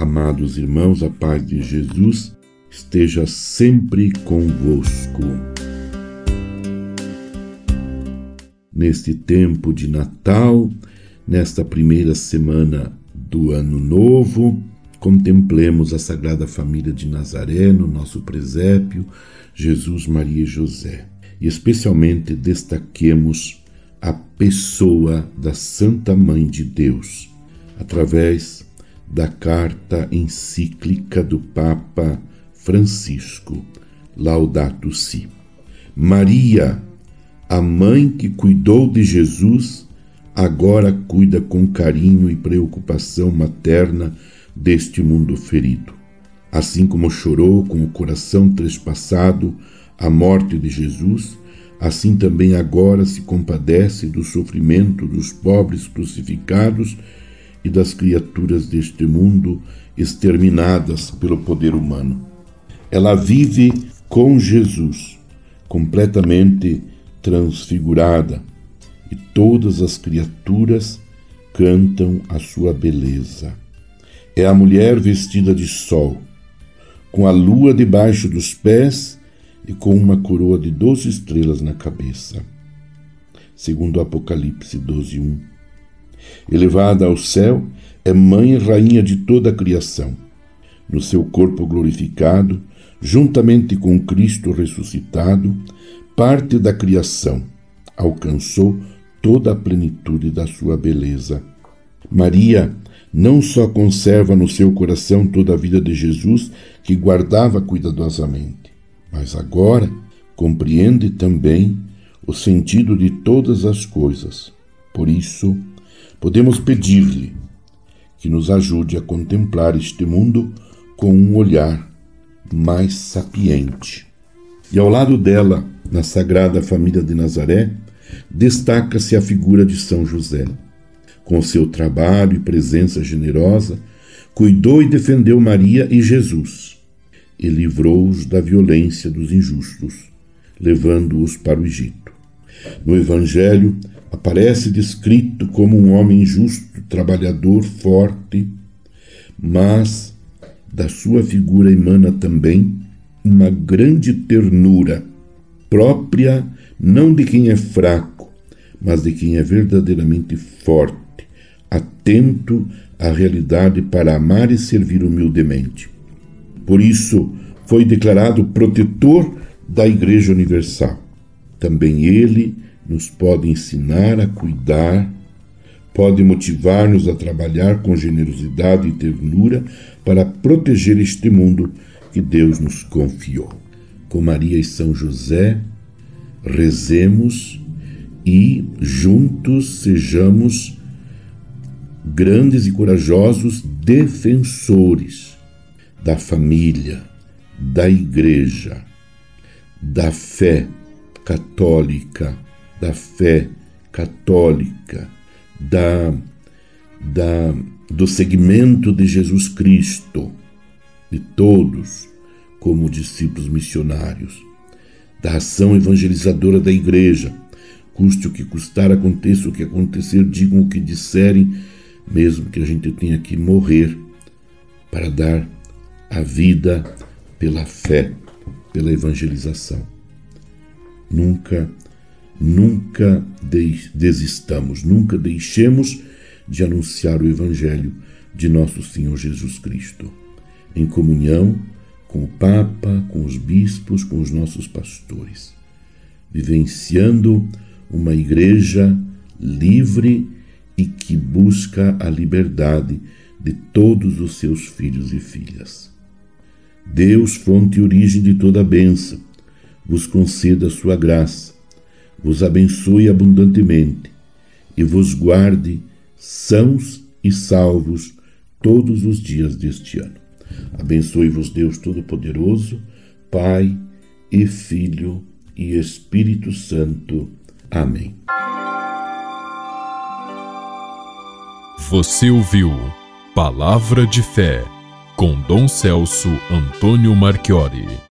Amados irmãos, a paz de Jesus esteja sempre convosco. Neste tempo de Natal, nesta primeira semana do Ano Novo, contemplemos a Sagrada Família de Nazaré no nosso presépio, Jesus, Maria e José. E especialmente destaquemos a pessoa da Santa Mãe de Deus, através da carta encíclica do Papa Francisco, Laudato Si. Maria, a mãe que cuidou de Jesus, agora cuida com carinho e preocupação materna deste mundo ferido. Assim como chorou com o coração trespassado a morte de Jesus, assim também agora se compadece do sofrimento dos pobres crucificados e das criaturas deste mundo exterminadas pelo poder humano. Ela vive com Jesus, completamente transfigurada, e todas as criaturas cantam a sua beleza. É a mulher vestida de sol, com a lua debaixo dos pés e com uma coroa de 12 estrelas na cabeça. Segundo o Apocalipse 12:1. Elevada ao céu, é mãe e rainha de toda a criação. No seu corpo glorificado, juntamente com Cristo ressuscitado, parte da criação alcançou toda a plenitude da sua beleza. Maria não só conserva no seu coração toda a vida de Jesus, que guardava cuidadosamente, mas agora compreende também o sentido de todas as coisas. Por isso, podemos pedir-lhe que nos ajude a contemplar este mundo com um olhar mais sapiente. E ao lado dela, na Sagrada Família de Nazaré, destaca-se a figura de São José. Com seu trabalho e presença generosa, cuidou e defendeu Maria e Jesus, e livrou-os da violência dos injustos, levando-os para o Egito. No Evangelho, aparece descrito como um homem justo, trabalhador, forte, mas da sua figura emana também uma grande ternura, própria não de quem é fraco, mas de quem é verdadeiramente forte, atento à realidade para amar e servir humildemente. Por isso, foi declarado protetor da Igreja Universal. Também ele nos pode ensinar a cuidar, pode motivar-nos a trabalhar com generosidade e ternura para proteger este mundo que Deus nos confiou. Com Maria e São José, rezemos e juntos sejamos grandes e corajosos defensores da família, da Igreja, da fé católica, do segmento de Jesus Cristo, de todos como discípulos missionários, da ação evangelizadora da Igreja. Custe o que custar, aconteça o que acontecer, digam o que disserem, mesmo que a gente tenha que morrer para dar a vida pela fé, pela evangelização. Nunca desistamos, nunca deixemos de anunciar o Evangelho de nosso Senhor Jesus Cristo, em comunhão com o Papa, com os bispos, com os nossos pastores, vivenciando uma igreja livre e que busca a liberdade de todos os seus filhos e filhas. Deus, fonte e origem de toda a bênção, vos conceda a sua graça, vos abençoe abundantemente e vos guarde sãos e salvos todos os dias deste ano. Abençoe-vos Deus Todo-Poderoso, Pai e Filho e Espírito Santo. Amém. Você ouviu Palavra de Fé com Dom Celso Antônio Marchiori.